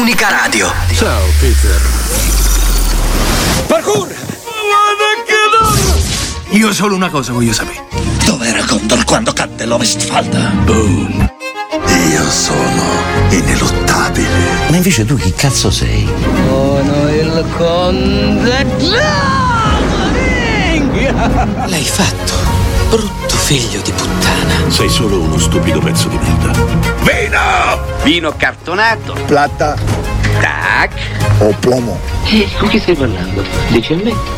Unica Radio. Ciao Peter. Parkour! Io solo una cosa voglio sapere. Dov'era Condor quando cadde l'Ovestfalda? Boom. Io sono ineluttabile. Ma invece tu chi cazzo sei? Sono il conte. L'hai fatto, brutto figlio di puttana. Sei solo uno stupido pezzo di merda. Vino! Vino cartonato. Plata Tac. o plomo? Con chi stai parlando? Dici a me?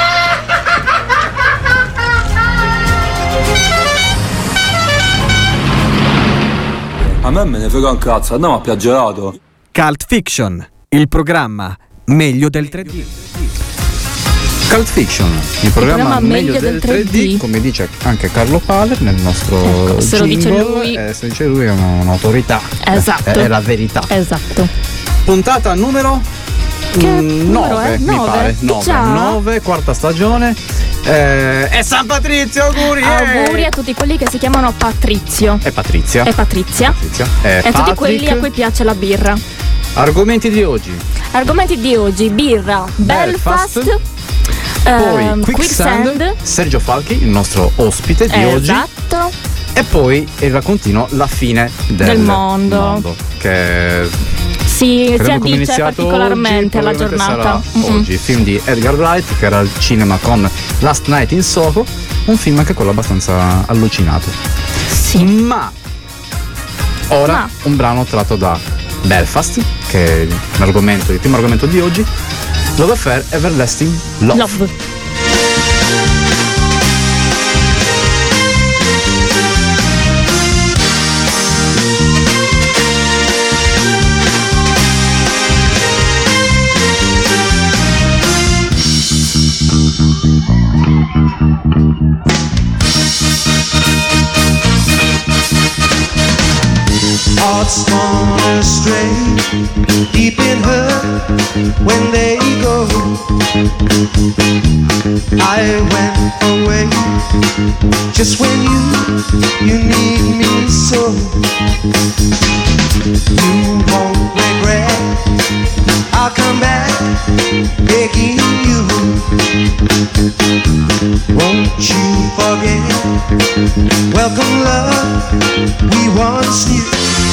A me ne frega un cazzo, andiamo a piaggerato. Cult Fiction, il programma meglio del 3D. Cult Fiction, il programma meglio del 3D, come dice anche Carlo Paler nel nostro se lo dice lui, se dice lui è un'autorità. Esatto. È la verità. Esatto. Puntata numero 9, mi pare. 9, quarta stagione. E San Patrizio, auguri! Auguri a tutti quelli che si chiamano Patrizio. E Patrizia. E Patrizia. E a tutti quelli a cui piace la birra. Argomenti di oggi, birra, Belfast. Poi Quicksand, Sergio Falchi, il nostro ospite di oggi. Esatto. E poi il raccontino La fine del mondo. Che si addice particolarmente oggi, alla giornata. Oggi, film di Edgar Wright che era al cinema con Last Night in Soho, un film anche quello abbastanza allucinato. Sì. Ma ora un brano tratto da Belfast, che è il primo argomento di oggi, Love Affair Everlasting Love. Hearts gone astray, deep in her when they go. I went away just when you need me so. You won't regret, I'll come back begging you. Won't you forget, welcome love we once knew.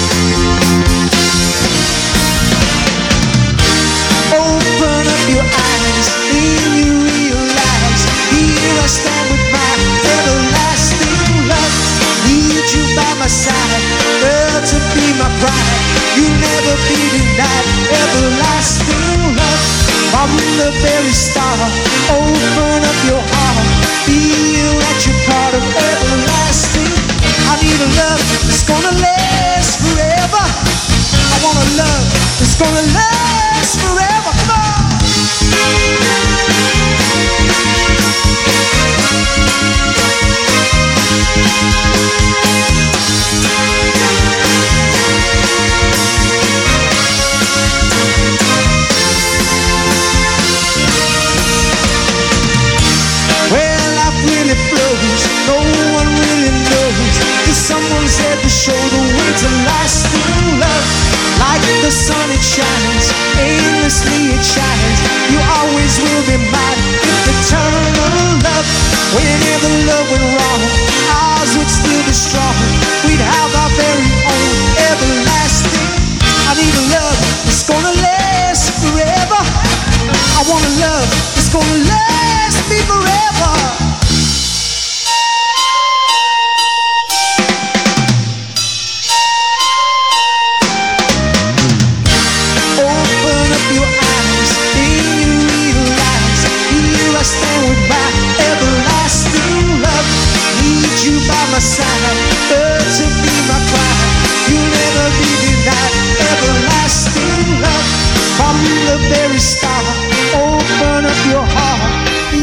Open up your eyes, then you realize, here I stand with my everlasting love. Need you by my side, girl, to be my bride. You'll never be denied, everlasting love. From the very start, open up your heart, feel that you're part of everlasting. I need a love that's gonna last forever. I want a love that's gonna last forever. Come on! Well, life really flows, no one really knows. If someone said to show the way to lasting love, like the sun it shines, aimlessly it shines. You always will be mine, if eternal love. Whenever love went wrong, ours would still be strong. We'd have our very own everlasting. I need a love that's gonna last forever. I want a love that's gonna last me forever. Open up your eyes, then you realize, here I stand with my everlasting love. Need you by my side, to be my pride. You'll never be denied, everlasting love. From the very start, open up your heart.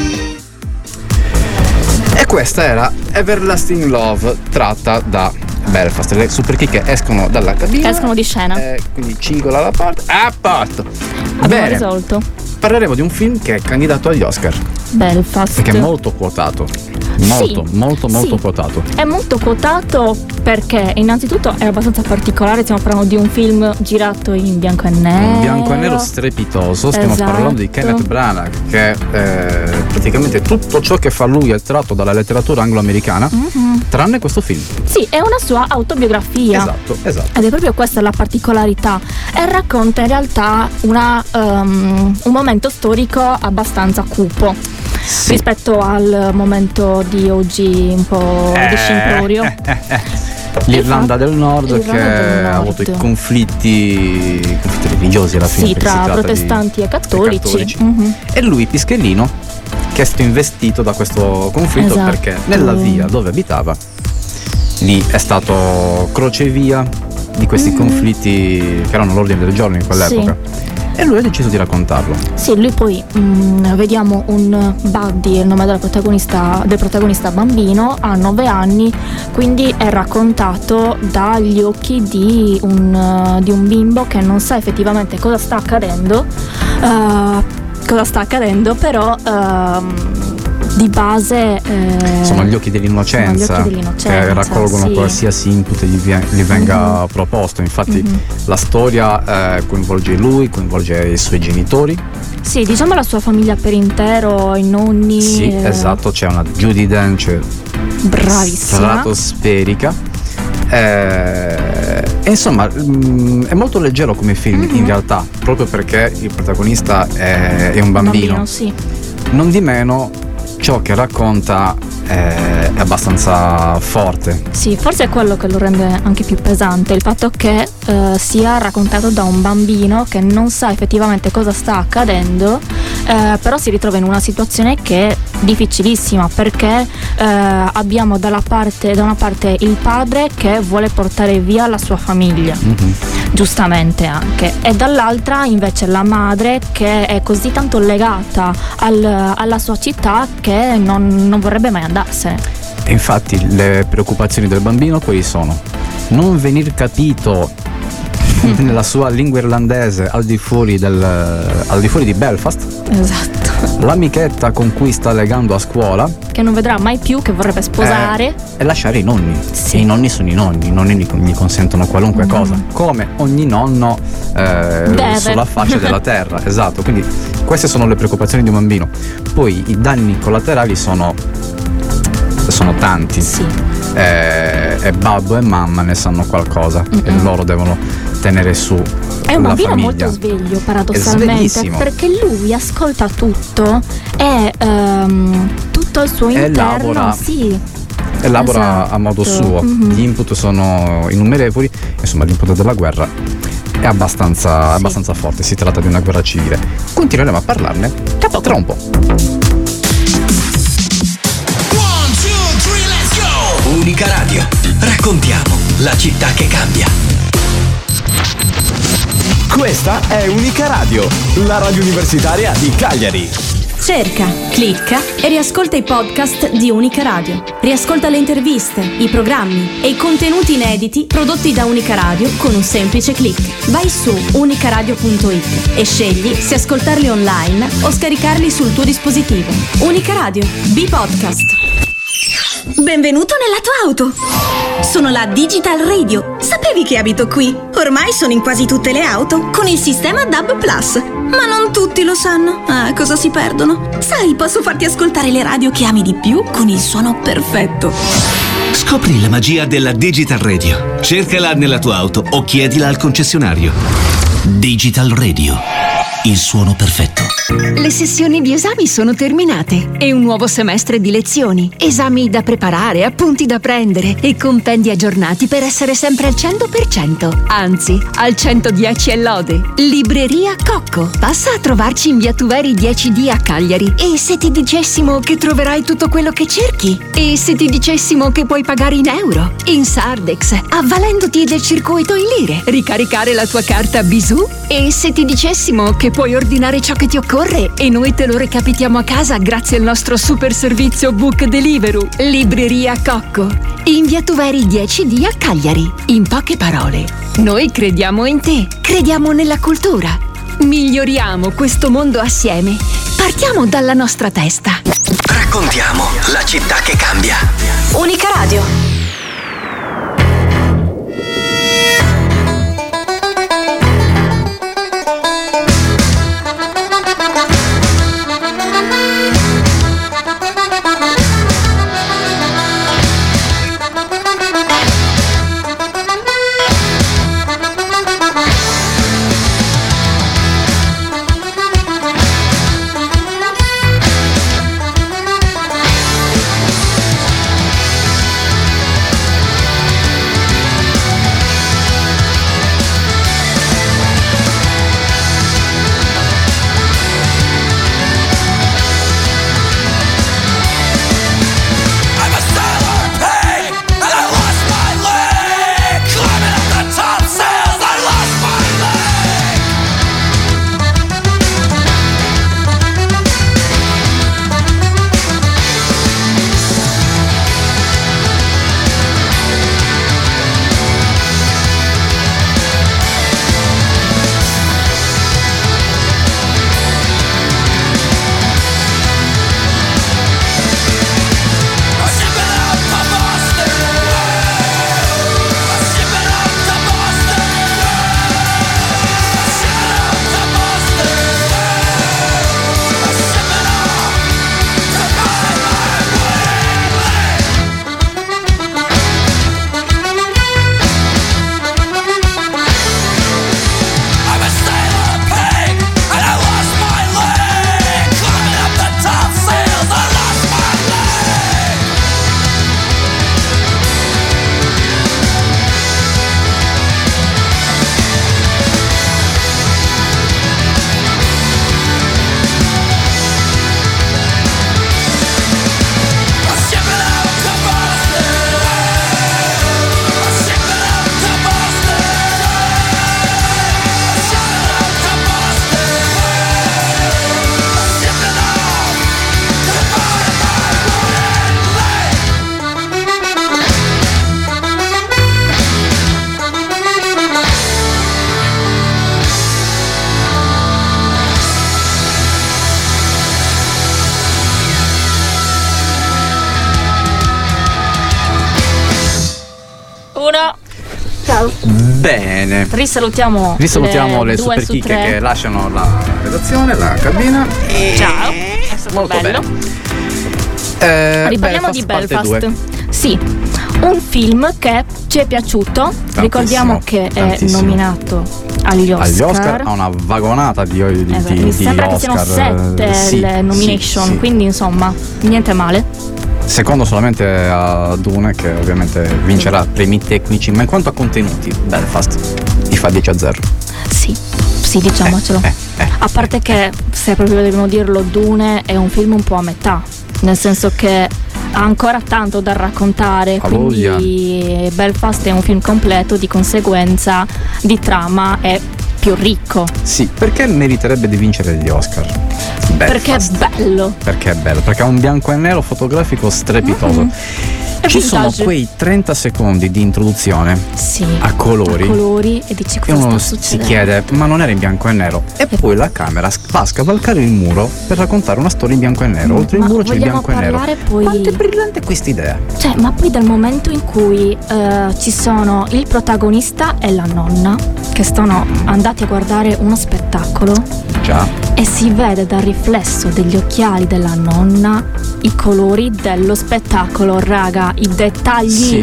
E questa era Everlasting Love, tratta da Belfast. Le super kick escono dalla cabina, escono di scena, quindi cingola alla parte. A posto. Abbiamo risolto. Parleremo di un film che è candidato agli Oscar. Belfast. Perché è molto quotato. Molto quotato. È molto quotato perché innanzitutto è abbastanza particolare. Stiamo parlando di un film girato in bianco e nero. In bianco e nero strepitoso. Stiamo parlando di Kenneth Branagh, che praticamente tutto ciò che fa lui è tratto dalla letteratura anglo-americana, tranne questo film. Sì, è una sua autobiografia. Esatto. Ed è proprio questa la particolarità. E racconta in realtà un momento storico abbastanza cupo. Sì. Rispetto al momento di oggi un po' di scimplorio. L'Irlanda del Nord ha avuto i conflitti religiosi alla fine. Sì, tra protestanti e cattolici. E lui, Pischellino, che è stato investito da questo conflitto, esatto, perché nella via dove abitava lì è stato crocevia di questi conflitti che erano all'ordine del giorno in quell'epoca. Sì. E lui ha deciso di raccontarlo. Sì, lui poi vediamo un Buddy, il nome del protagonista bambino, ha 9 anni, quindi è raccontato dagli occhi di un bimbo che non sa effettivamente cosa sta accadendo, però di base sono gli occhi dell'innocenza, che raccolgono qualsiasi input gli venga proposto. Infatti la storia coinvolge lui, coinvolge i suoi genitori. Sì, diciamo la sua famiglia per intero, i nonni. Sì, esatto, c'è una Judi Dench bravissima, stratosferica. E insomma è molto leggero come film in realtà, proprio perché il protagonista è un bambino. Sì. Non di meno ciò che racconta è abbastanza forte. Sì, forse è quello che lo rende anche più pesante, il fatto che sia raccontato da un bambino che non sa effettivamente cosa sta accadendo, però si ritrova in una situazione che è difficilissima, perché abbiamo da una parte il padre che vuole portare via la sua famiglia, giustamente anche, e dall'altra invece la madre che è così tanto legata alla sua città che non vorrebbe mai andarsene. E infatti le preoccupazioni del bambino quali sono? Non venir capito nella sua lingua irlandese al di fuori di Belfast. Esatto. L'amichetta con cui sta legando a scuola, che non vedrà mai più, che vorrebbe sposare, e lasciare i nonni. Sì. E i nonni sono i nonni gli consentono qualunque cosa, come ogni nonno sulla faccia della terra. Esatto, quindi queste sono le preoccupazioni di un bambino. Poi i danni collaterali sono tanti. Sì. E babbo e mamma ne sanno qualcosa e loro devono tenere su. È un bambino molto sveglio, paradossalmente, perché lui ascolta tutto e tutto il suo interno elabora a modo suo. Gli input sono innumerevoli, insomma l'input della guerra è abbastanza forte, si tratta di una guerra civile. Continueremo a parlarne tra un po'. Unica Radio. Raccontiamo la città che cambia. Questa è Unica Radio, la radio universitaria di Cagliari. Cerca, clicca e riascolta i podcast di Unica Radio. Riascolta le interviste, i programmi e i contenuti inediti prodotti da Unica Radio con un semplice click. Vai su unicaradio.it e scegli se ascoltarli online o scaricarli sul tuo dispositivo. Unica Radio, B-Podcast. Benvenuto nella tua auto. Sono la Digital Radio. Sapevi che abito qui? Ormai sono in quasi tutte le auto con il sistema DAB+. Ma non tutti lo sanno. Cosa si perdono? Sai, posso farti ascoltare le radio che ami di più con il suono perfetto. Scopri la magia della Digital Radio. Cercala nella tua auto o chiedila al concessionario. Digital Radio. Il suono perfetto. Le sessioni di esami sono terminate e un nuovo semestre di lezioni, esami da preparare, appunti da prendere e compendi aggiornati per essere sempre al 100%, anzi al 110 e lode. Libreria Cocco. Passa a trovarci in via Tuveri 10D a Cagliari. E se ti dicessimo che troverai tutto quello che cerchi? E se ti dicessimo che puoi pagare in euro, in Sardex, avvalendoti del circuito in lire, ricaricare la tua carta Bisù? E se ti dicessimo che puoi ordinare ciò che ti occorre e noi te lo recapitiamo a casa grazie al nostro super servizio Book Deliveroo. Libreria Cocco, in via Tuveri 10D a Cagliari. In poche parole, noi crediamo in te, crediamo nella cultura. Miglioriamo questo mondo assieme Partiamo dalla nostra testa. Raccontiamo la città che cambia. Unica Radio. Ciao. Bene. Risalutiamo le super chicche che lasciano la redazione, la cabina. Ciao, è stato molto bello. Riparliamo di Belfast. Sì, un film che ci è piaciuto. Tantissimo, ricordiamo che è nominato agli Oscar. Ha una vagonata di mi sembra che siano 7 le nomination, sì. quindi insomma niente male. Secondo solamente a Dune, che ovviamente vincerà premi tecnici, ma in quanto a contenuti Belfast gli fa 10-0. Sì, diciamocelo. A parte che, se proprio dobbiamo dirlo, Dune è un film un po' a metà, nel senso che ha ancora tanto da raccontare, quindi Belfast è un film completo, di conseguenza di trama è più ricco. Sì, perché meriterebbe di vincere gli Oscar? Belfast. Perché è bello. Perché è bello, perché ha un bianco e nero fotografico strepitoso. Ci sono quei 30 secondi di introduzione a colori e dici cosa uno sta succedendo. Si chiede, ma non era in bianco e nero? E poi la camera va a scavalcare il muro per raccontare una storia in bianco e nero. Oltre il muro c'è il bianco e nero. Quanto è brillante questa idea! Cioè, ma poi dal momento in cui ci sono il protagonista e la nonna che sono andati a guardare uno spettacolo. Già. E si vede dal riflesso degli occhiali della nonna i colori dello spettacolo, raga, i dettagli.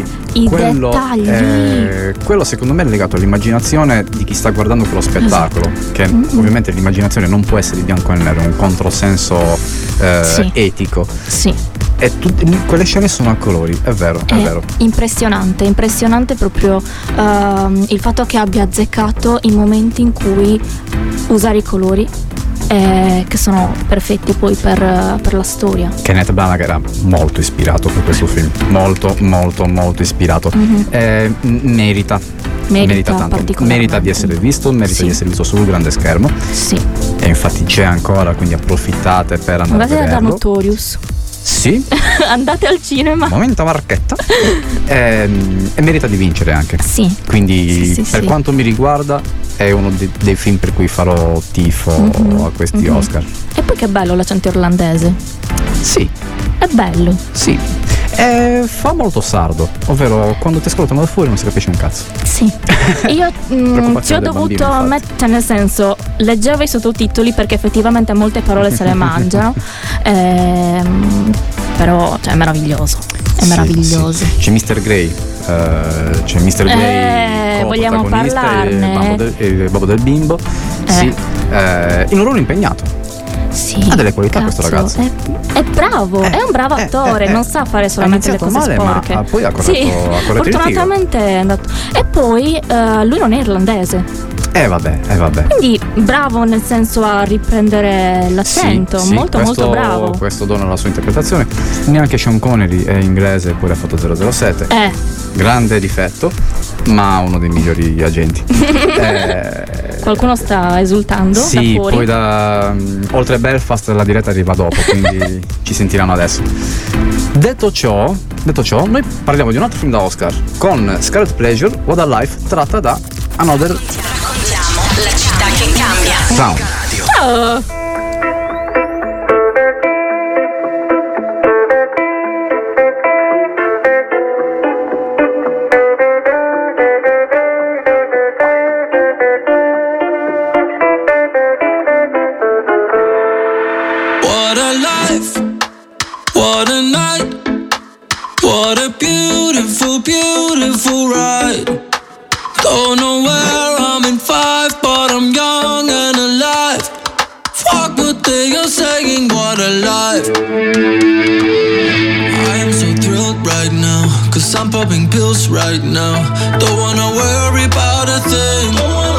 Quello secondo me è legato all'immaginazione di chi sta guardando quello spettacolo, che ovviamente l'immaginazione non può essere di bianco e nero, è un controsenso etico. Sì. E quelle scene sono a colori, è vero. Impressionante proprio il fatto che abbia azzeccato i momenti in cui usare i colori, che sono perfetti poi per la storia. Kenneth Branagh era molto ispirato per questo film, molto ispirato. Merita tanto, merita di essere visto, di essere visto sul grande schermo. Sì. E infatti c'è ancora, quindi approfittate per andare a vederlo. Andate da Notorious. Sì. Andate al cinema. Momento marchetta. E merita di vincere anche. Sì. Quindi per quanto mi riguarda è uno dei film per cui farò tifo a questi Oscar. E poi che bello l'accento irlandese. Sì. È bello. Sì. Fa molto sardo, ovvero quando ti ascoltano da fuori non si capisce un cazzo. Sì. Io ci ho dovuto mettere, nel senso, leggevo i sottotitoli perché effettivamente molte parole se le mangiano. Però è meraviglioso. È meraviglioso. Sì. C'è Mr. Grey. C'è Mr. Grey. Vogliamo parlarne? Il babbo del bimbo. Sì. In un ruolo impegnato. Sì, ha delle qualità questo ragazzo. È bravo, è un bravo attore, non sa fare solamente le cose male, sporche. Ma poi ha corretto fortunatamente è andato. E poi lui non è irlandese. Vabbè. Quindi bravo nel senso a riprendere l'accento, sì, molto bravo. Questo dona la sua interpretazione. Neanche Sean Connery è inglese, poi ha fatto 007. Grande difetto, ma uno dei migliori agenti. Qualcuno sta esultando da fuori. Poi oltre Belfast la diretta arriva dopo, quindi ci sentiranno adesso. Detto ciò, noi parliamo di un altro film da Oscar con Scarlet Pleasure, What a Life, tratta da Another La città che cambia. Round. Oh. What a life, what a night, what a beautiful, beautiful ride. Don't know where I'm in 5, but I'm young and alive. Fuck what they are saying, what a life. I am so thrilled right now, 'cause I'm popping pills right now. Don't wanna worry about a thing,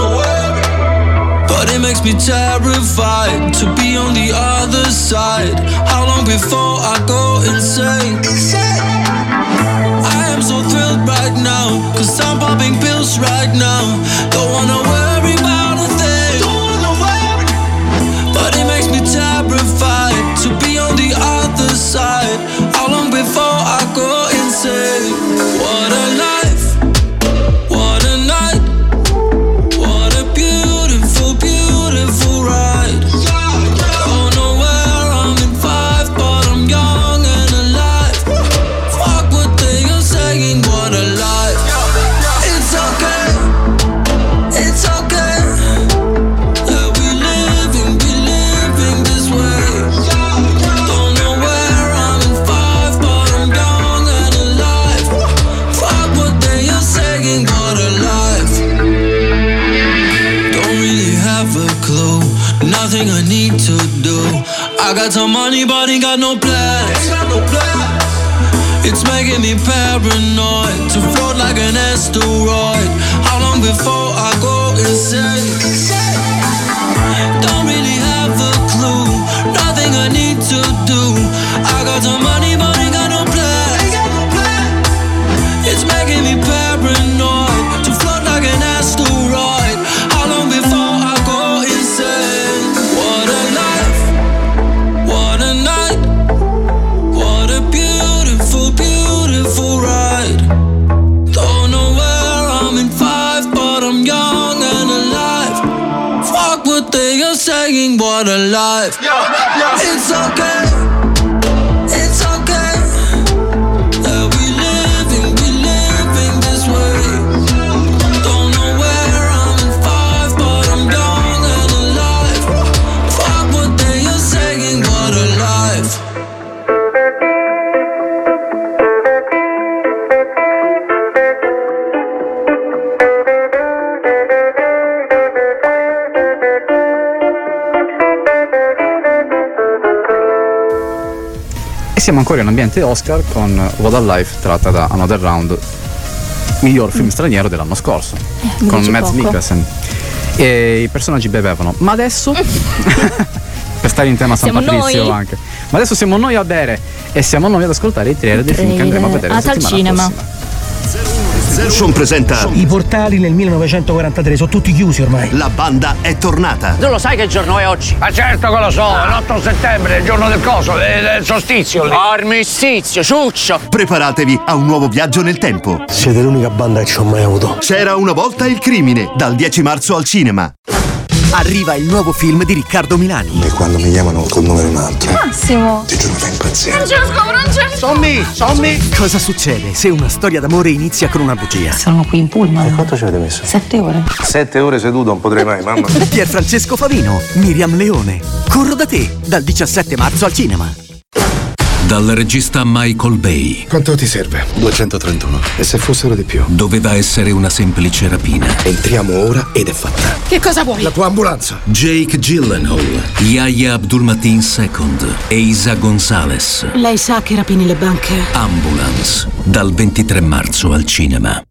but it makes me terrified to be on the other side. How long before I go insane? I am so thrilled right now, 'cause I'm popping pills right now. Don't wanna worry about a thing, but it makes me terrified to be on the other side. How long before I go insane? What a life, what a night, what a beautiful, beautiful ride. Don't know where I'm in 5, but I'm young and alive. Fuck what they are saying, what a life. It's okay, it's okay that we living this way. Don't know where I'm in 5, but I'm young and alive. Fuck what they are saying, what a life. Don't really have a clue, nothing I need to do. I got some money but ain't got no plans. It's making me paranoid to float like an asteroid. How long before I go insane? Don't really have a clue, nothing I need to do. I got some money but ain't got no plans. It's making me paranoid to float like an asteroid. How long before I go insane? What a life, what a night, what a beautiful, beautiful ride. Don't know where I'm in 5, but I'm young and alive. Fuck what they are saying, what a life. It's okay, it's okay that we living this way. Don't know where I'm in 5, but I'm young and alive. Fuck what they are saying, what a life. E siamo ancora in ambiente Oscar con What a Life, tratta da Another Round, miglior film straniero dell'anno scorso, con Mads Mikkelsen. E i personaggi bevevano, ma adesso per stare in tema San Siamo Patrizio noi. anche, ma adesso siamo noi a bere e siamo noi ad ascoltare i trailer dei film che andremo a vedere la settimana cinema. prossima. Evolution presenta I portali nel 1943 sono tutti chiusi ormai. La banda è tornata. Tu lo sai che giorno è oggi? Ma certo che lo so, è l'8 settembre, il giorno del coso, del solstizio lì. Armistizio, ciuccio. Preparatevi a un nuovo viaggio nel tempo. Siete l'unica banda che ci ho mai avuto. C'era una volta il crimine, dal 10 marzo al cinema. Arriva il nuovo film di Riccardo Milani. E quando mi chiamano col numero un altro, Massimo. ti giuro mi fa impazzire. Francesco. Sommi. Cosa succede se una storia d'amore inizia con una bugia? Sono qui in pullman. E quanto ci avete messo? 7 ore. 7 ore seduto, non potrei mai, mamma. Pierfrancesco Favino, Miriam Leone. Corro da te, dal 17 marzo al cinema. Dal regista Michael Bay. Quanto ti serve? 231. E se fossero di più? Doveva essere una semplice rapina. Entriamo ora ed è fatta. Che cosa vuoi? La tua ambulanza. Jake Gyllenhaal, Yahya Abdul-Mateen II e Isa Gonzalez. Lei sa che rapini le banche. Ambulance, dal 23 marzo al cinema.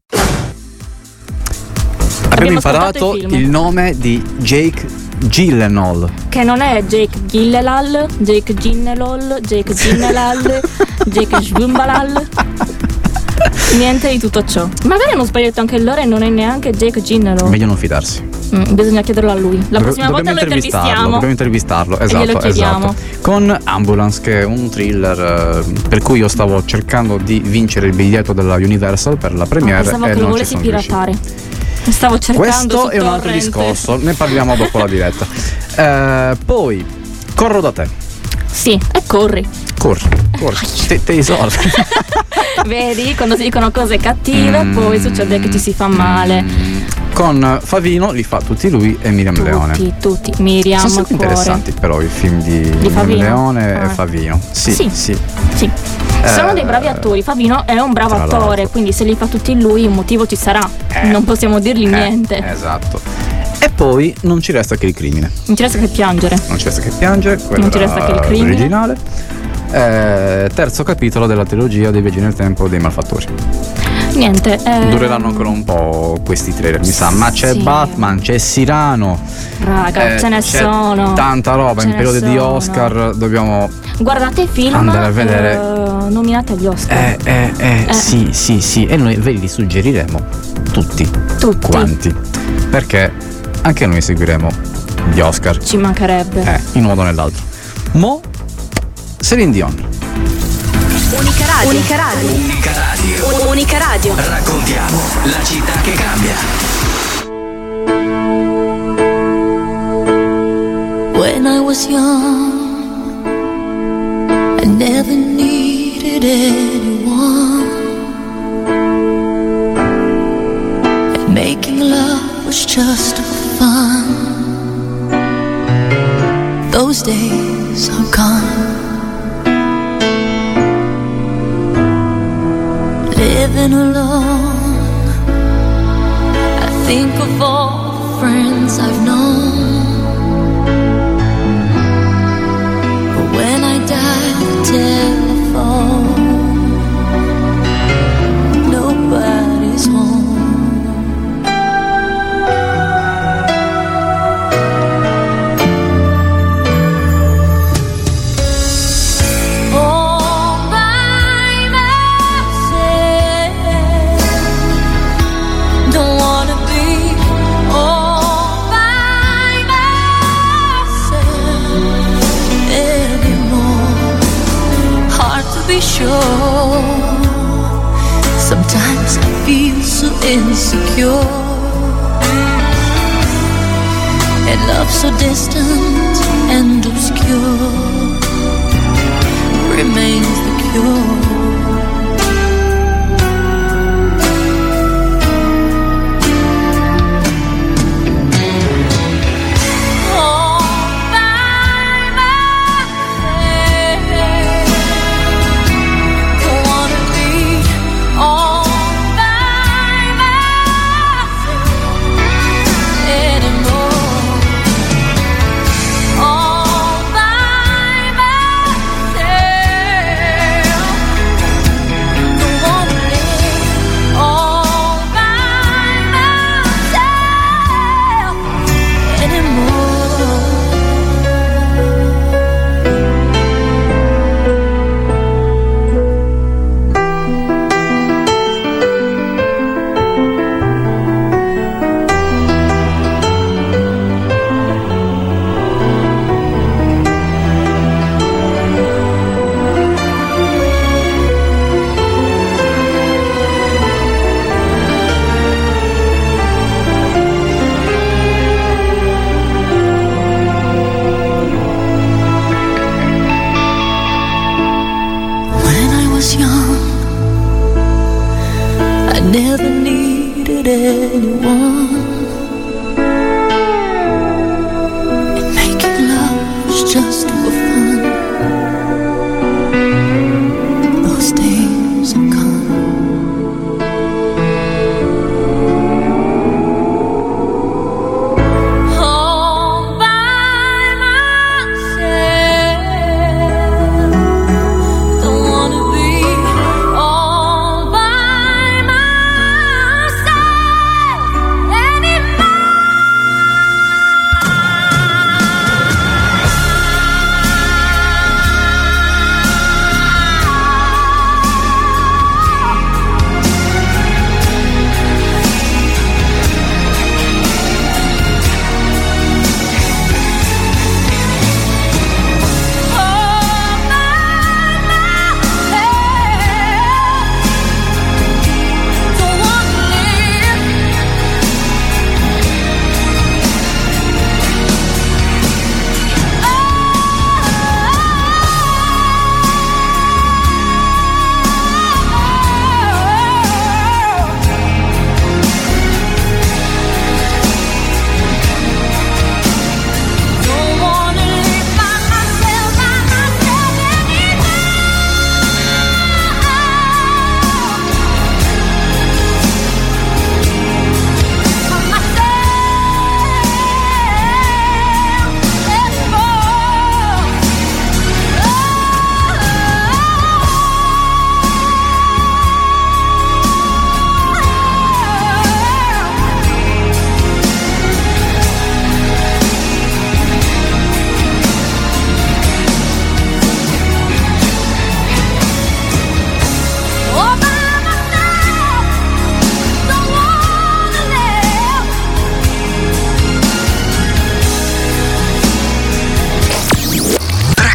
Abbiamo imparato il nome di Jake Gyllenhaal, che non è Jake Gyllenhaal, Jake Gyllenhaal, Jake Gyllenhaal, Jake Schwimbalal. Niente di tutto ciò. Magari hanno sbagliato anche loro e non è neanche Jake Gyllenhaal. Meglio non fidarsi. Bisogna chiederlo a lui. La prossima volta lo intervistiamo. Dobbiamo intervistarlo, glielo chiediamo. Con Ambulance, che è un thriller per cui io stavo cercando di vincere il biglietto della Universal per la premiere. Pensavo e che lo non volessi ci sono piratare. riuscito. Stavo cercando. Questo è un altro discorso, ne parliamo dopo la diretta. Poi corro da te. Sì, e corri. Corri. Te isolati. Vedi, quando si dicono cose cattive, poi succede che ci si fa male. Con Favino li fa tutti lui e Miriam Leone. Tutti. Miriam. Sono stati interessanti però i film di Miriam Leone e Favino. Sì. Sono dei bravi attori. Favino è un bravo attore, quindi se li fa tutti lui un motivo ci sarà. Non possiamo dirgli niente. Esatto. E poi non ci resta che il crimine. Non ci resta che piangere. Non ci resta che piangere. Non ci resta che il crimine. Originale. Terzo capitolo della trilogia dei Viaggi nel tempo dei malfattori. Niente. Dureranno ancora un po' questi trailer, mi sa. Ma c'è Batman, c'è Cyrano. Raga, ce ne sono. Tanta roba. In periodo di Oscar dobbiamo guardate i film andare a vedere nominati agli Oscar. Sì. E noi ve li suggeriremo tutti quanti. Perché anche noi seguiremo gli Oscar. Ci mancherebbe. In un modo o nell'altro. Mo Celine Dion. Unica Radio. Raccontiamo la città che cambia. When I was young, I never needed anyone, and making love was just fun. Those days are gone. Living alone, I think of all the friends I've known. But when I dial the telephone, nobody's home. Sure, sometimes I feel so insecure, and love so distant and obscure remains the cure.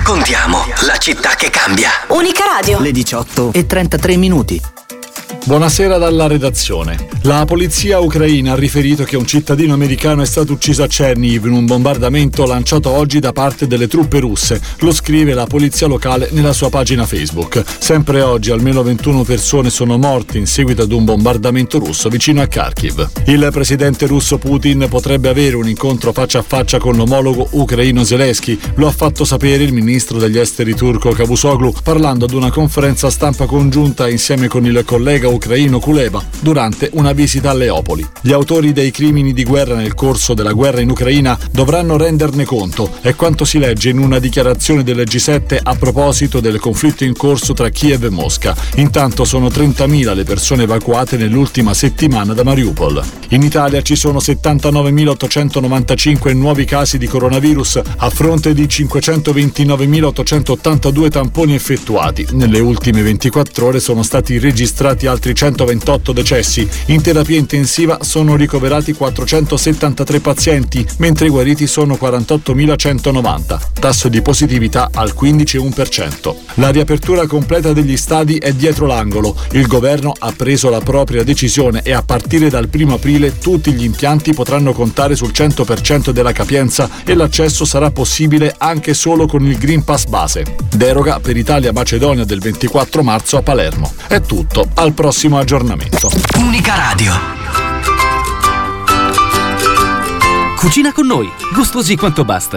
Raccontiamo la città che cambia. Unica Radio. Le 18:33. Buonasera dalla redazione. La polizia ucraina ha riferito che un cittadino americano è stato ucciso a Chernihiv in un bombardamento lanciato oggi da parte delle truppe russe. Lo scrive la polizia locale nella sua pagina Facebook. Sempre oggi almeno 21 persone sono morte in seguito ad un bombardamento russo vicino a Kharkiv. Il presidente russo Putin potrebbe avere un incontro faccia a faccia con l'omologo ucraino Zelensky. Lo ha fatto sapere il ministro degli esteri turco Cavusoglu parlando ad una conferenza stampa congiunta insieme con il collega ucraino Kuleba durante una visita a Leopoli. Gli autori dei crimini di guerra nel corso della guerra in Ucraina dovranno renderne conto, è quanto si legge in una dichiarazione del G7 a proposito del conflitto in corso tra Kiev e Mosca. Intanto sono 30.000 le persone evacuate nell'ultima settimana da Mariupol. In Italia ci sono 79.895 nuovi casi di coronavirus a fronte di 529.882 tamponi effettuati. Nelle ultime 24 ore sono stati registrati altri 128 decessi. In terapia intensiva sono ricoverati 473 pazienti, mentre i guariti sono 48.190. Tasso di positività al 15,1%. La riapertura completa degli stadi è dietro l'angolo. Il governo ha preso la propria decisione e a partire dal 1 aprile tutti gli impianti potranno contare sul 100% della capienza e l'accesso sarà possibile anche solo con il Green Pass base. Deroga per Italia-Macedonia del 24 marzo a Palermo. È tutto, al prossimo aggiornamento. Unica Radio. Cucina con noi, gustosi quanto basta.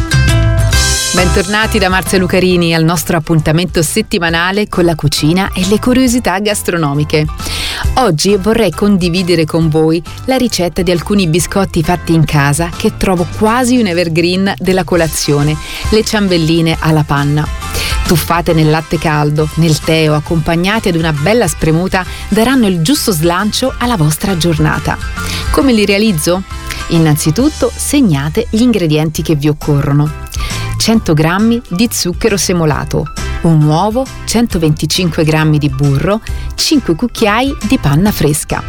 Bentornati da Marzia Lucarini al nostro appuntamento settimanale con la cucina e le curiosità gastronomiche. Oggi vorrei condividere con voi la ricetta di alcuni biscotti fatti in casa che trovo quasi un evergreen della colazione, le ciambelline alla panna. Tuffate nel latte caldo, nel tè o accompagnate ad una bella spremuta daranno il giusto slancio alla vostra giornata. Come li realizzo? Innanzitutto segnate gli ingredienti che vi occorrono. 100 g di zucchero semolato, un uovo, 125 g di burro, 5 cucchiai di panna fresca,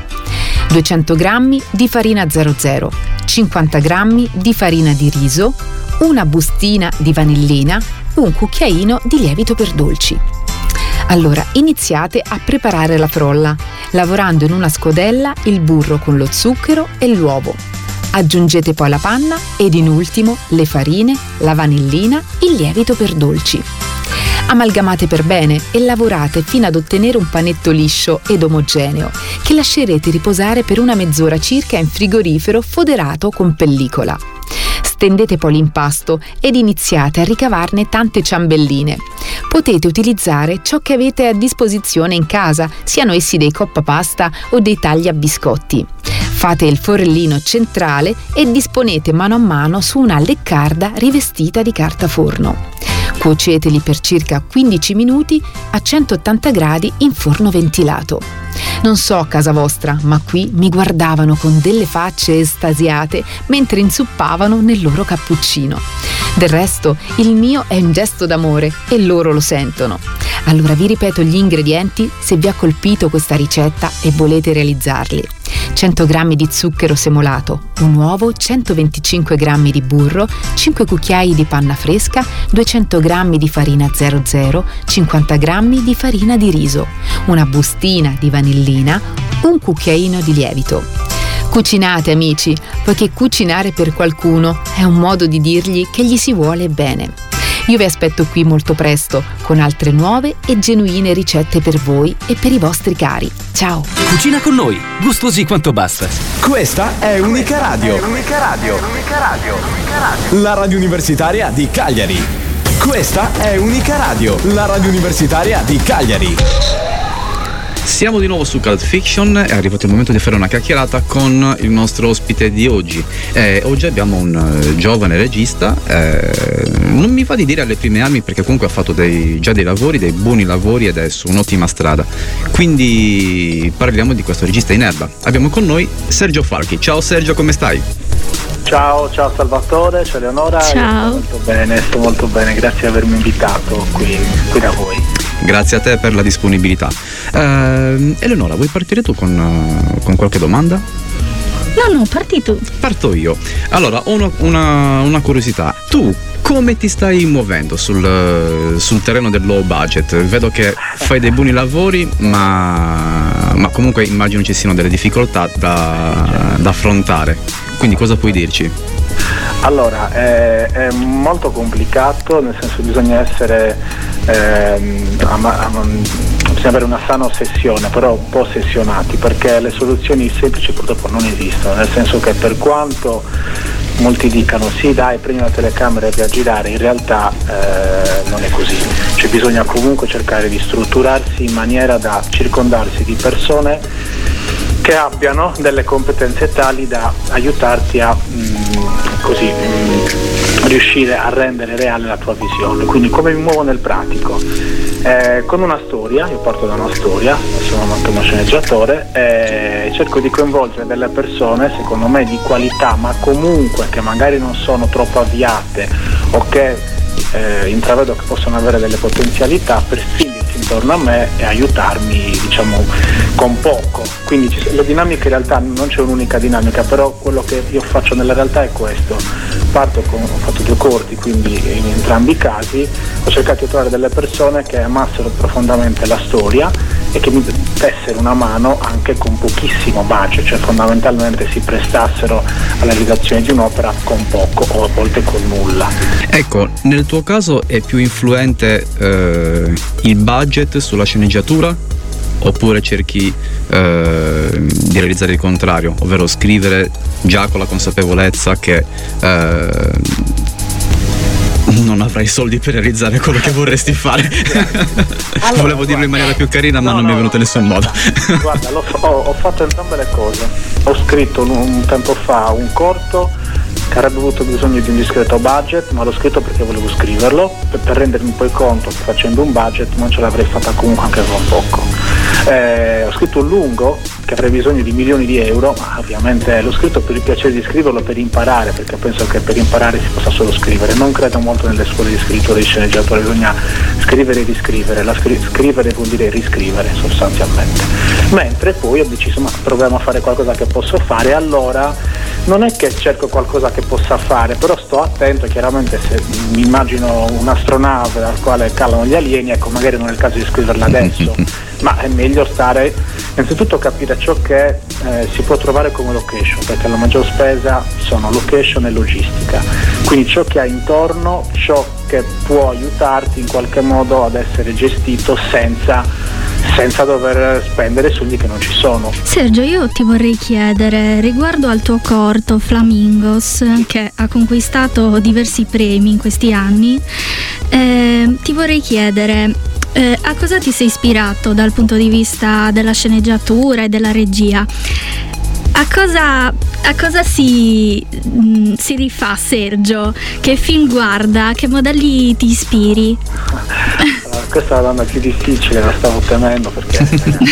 200 g di farina 00, 50 g di farina di riso, una bustina di vanillina, un cucchiaino di lievito per dolci. Allora, iniziate a preparare la frolla, lavorando in una scodella il burro con lo zucchero e l'uovo. Aggiungete poi la panna ed in ultimo le farine, la vanillina, il lievito per dolci. Amalgamate per bene e lavorate fino ad ottenere un panetto liscio ed omogeneo che lascerete riposare per una mezz'ora circa in frigorifero foderato con pellicola. Stendete poi l'impasto ed iniziate a ricavarne tante ciambelline. Potete utilizzare ciò che avete a disposizione in casa, siano essi dei coppa pasta o dei tagli a biscotti. Fate il forellino centrale e disponete mano a mano su una leccarda rivestita di carta forno. Cuoceteli per circa 15 minuti a 180 gradi in forno ventilato. Non so a casa vostra, ma qui mi guardavano con delle facce estasiate mentre inzuppavano nel loro cappuccino. Del resto, il mio è un gesto d'amore e loro lo sentono. Allora vi ripeto gli ingredienti se vi ha colpito questa ricetta e volete realizzarli. 100 g di zucchero semolato, un uovo, 125 g di burro, 5 cucchiai di panna fresca, 200 g di farina 00, 50 g di farina di riso, una bustina di vanillina, un cucchiaino di lievito. Cucinate, amici, poiché cucinare per qualcuno è un modo di dirgli che gli si vuole bene. Io vi aspetto qui molto presto con altre nuove e genuine ricette per voi e per i vostri cari. Ciao! Cucina con noi, gustosi quanto basta. Questa è Unica Radio. La radio universitaria di Cagliari. Questa è Unica Radio, la radio universitaria di Cagliari. Siamo di nuovo su Cult Fiction, è arrivato il momento di fare una chiacchierata con il nostro ospite di oggi. Oggi abbiamo un giovane regista, non mi va di dire alle prime armi perché comunque ha fatto già dei lavori, dei buoni lavori ed è su un'ottima strada. Quindi parliamo di questo regista in erba. Abbiamo con noi Sergio Falchi. Ciao Sergio, come stai? Ciao Salvatore, ciao Eleonora. Ciao. Sto molto bene, grazie di avermi invitato qui da voi. Grazie a te per la disponibilità. Eleonora, vuoi partire tu con qualche domanda? No, parti tu. Parto io. Allora, ho una curiosità. Tu come ti stai muovendo sul terreno del low budget? Vedo che fai dei buoni lavori, ma comunque immagino ci siano delle difficoltà da affrontare. Quindi cosa puoi dirci? Allora, è molto complicato, nel senso bisogna essere bisogna avere una sana ossessione, però un po' ossessionati, perché le soluzioni semplici purtroppo non esistono, nel senso che per quanto molti dicano sì dai prendi la telecamera e vai a girare, in realtà non è così, cioè bisogna comunque cercare di strutturarsi in maniera da circondarsi di persone che abbiano delle competenze tali da aiutarti a riuscire a rendere reale la tua visione. Quindi come mi muovo nel pratico? Con una storia, io parto da una storia, sono anche uno sceneggiatore, e cerco di coinvolgere delle persone secondo me di qualità, ma comunque che magari non sono troppo avviate o che intravedo che possono avere delle potenzialità, per spingersi intorno a me e aiutarmi, diciamo, con poco. Quindi le dinamiche in realtà non c'è un'unica dinamica, però quello che io faccio nella realtà è questo. Ho fatto 2 corti, quindi in entrambi i casi ho cercato di trovare delle persone che amassero profondamente la storia e che mi dessero una mano anche con pochissimo budget, cioè fondamentalmente si prestassero alla realizzazione di un'opera con poco o a volte con nulla. Ecco, nel tuo caso è più influente il budget sulla sceneggiatura, oppure cerchi di realizzare il contrario, ovvero scrivere già con la consapevolezza che non avrai soldi per realizzare quello che vorresti fare? Allora, volevo dirlo in maniera più carina, ma non mi è venuto in nessun modo. Guarda, ho fatto entrambe le cose. Ho scritto un tempo fa un corto che avrebbe avuto bisogno di un discreto budget, ma l'ho scritto perché volevo scriverlo, per rendermi poi conto che facendo un budget non ce l'avrei fatta comunque anche con poco. Ho scritto un lungo che avrei bisogno di milioni di euro, ma ovviamente l'ho scritto per il piacere di scriverlo, per imparare, perché penso che per imparare si possa solo scrivere. Non credo molto nelle scuole di scrittura e di sceneggiatura, bisogna scrivere e riscrivere. Scrivere vuol dire riscrivere sostanzialmente. Mentre poi ho deciso, ma proviamo a fare qualcosa che posso fare, allora non è che cerco qualcosa che possa fare, però sto attento, chiaramente se mi immagino un'astronave al quale calano gli alieni, ecco, magari non è il caso di scriverla adesso, ma è meglio stare, innanzitutto capire ciò che si può trovare come location, perché la maggior spesa sono location e logistica, quindi ciò che hai intorno, ciò che può aiutarti in qualche modo ad essere gestito senza dover spendere soldi che non ci sono. Sergio, io ti vorrei chiedere riguardo al tuo corto Flamingos, che ha conquistato diversi premi in questi anni, ti vorrei chiedere a cosa ti sei ispirato dal punto di vista della sceneggiatura e della regia? A cosa si rifà Sergio? Che film guarda? Che modelli ti ispiri? Questa è la domanda più difficile, la stavo temendo perché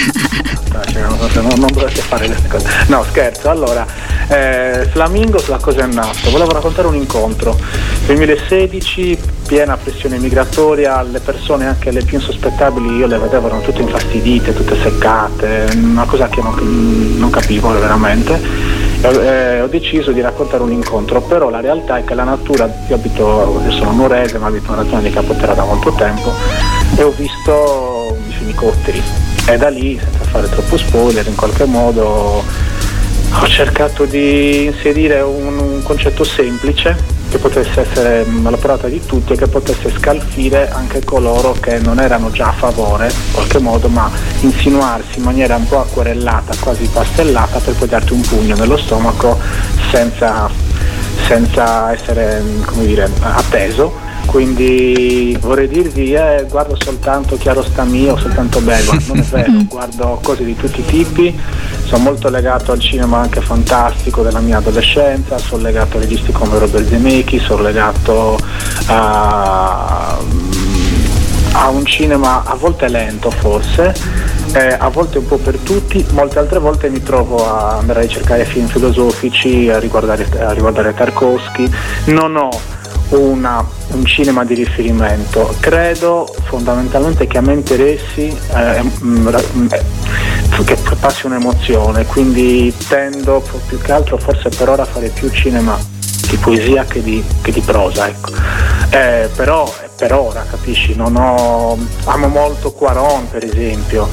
non dovreste fare queste cose. No, scherzo. Allora, Flamingos, la cosa è nata. Volevo raccontare un incontro. 2016, piena pressione migratoria, le persone anche le più insospettabili io le vedevo, erano tutte infastidite, tutte seccate, una cosa che non capivo veramente. Ho deciso di raccontare un incontro, però la realtà è che la natura, io sono nuorese, ma abito in una zona di Capoterra da molto tempo e ho visto i fenicotteri e da lì, senza fare troppo spoiler, in qualche modo ho cercato di inserire un concetto semplice che potesse essere alla portata di tutti e che potesse scalfire anche coloro che non erano già a favore in qualche modo, ma insinuarsi in maniera un po' acquerellata, quasi pastellata, per poi darti un pugno nello stomaco senza essere, come dire, atteso. Quindi vorrei dirvi, guardo soltanto Kiarostami o soltanto Bello, non è vero, guardo cose di tutti i tipi, sono molto legato al cinema anche fantastico della mia adolescenza, sono legato a registi come Robert Zemeckis, sono legato a un cinema a volte lento forse, a volte un po' per tutti, molte altre volte mi trovo a andare a ricercare film filosofici, a riguardare Tarkovsky. Non ho un cinema di riferimento, credo fondamentalmente che a me interessi passi un'emozione, quindi tendo più che altro forse per ora a fare più cinema di poesia che di prosa, ecco. Però per ora, capisci, amo molto Cuarón, per esempio.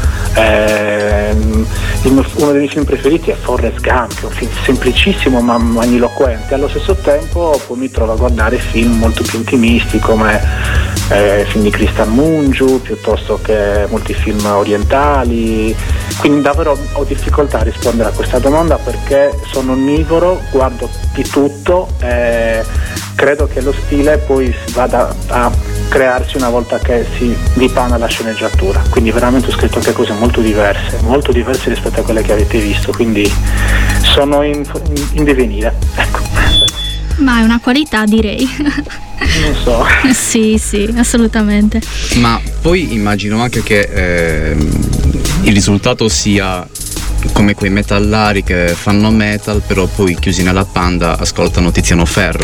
Uno dei miei film preferiti è Forrest Gump, che è un film semplicissimo ma magniloquente. Allo stesso tempo poi mi trovo a guardare film molto più intimisti come film di Cristian Mungiu, piuttosto che molti film orientali. Quindi davvero ho difficoltà a rispondere a questa domanda perché sono onnivoro, guardo di tutto e credo che lo stile poi vada a crearsi una volta che si dipana la sceneggiatura. Quindi veramente ho scritto anche cose molto diverse rispetto a quelle che avete visto, quindi sono in divenire, ecco. Ma è una qualità, direi. Non so. Sì, assolutamente. Ma poi immagino anche che il risultato sia come quei metallari che fanno metal, però poi chiusi nella Panda ascoltano Tiziano Ferro.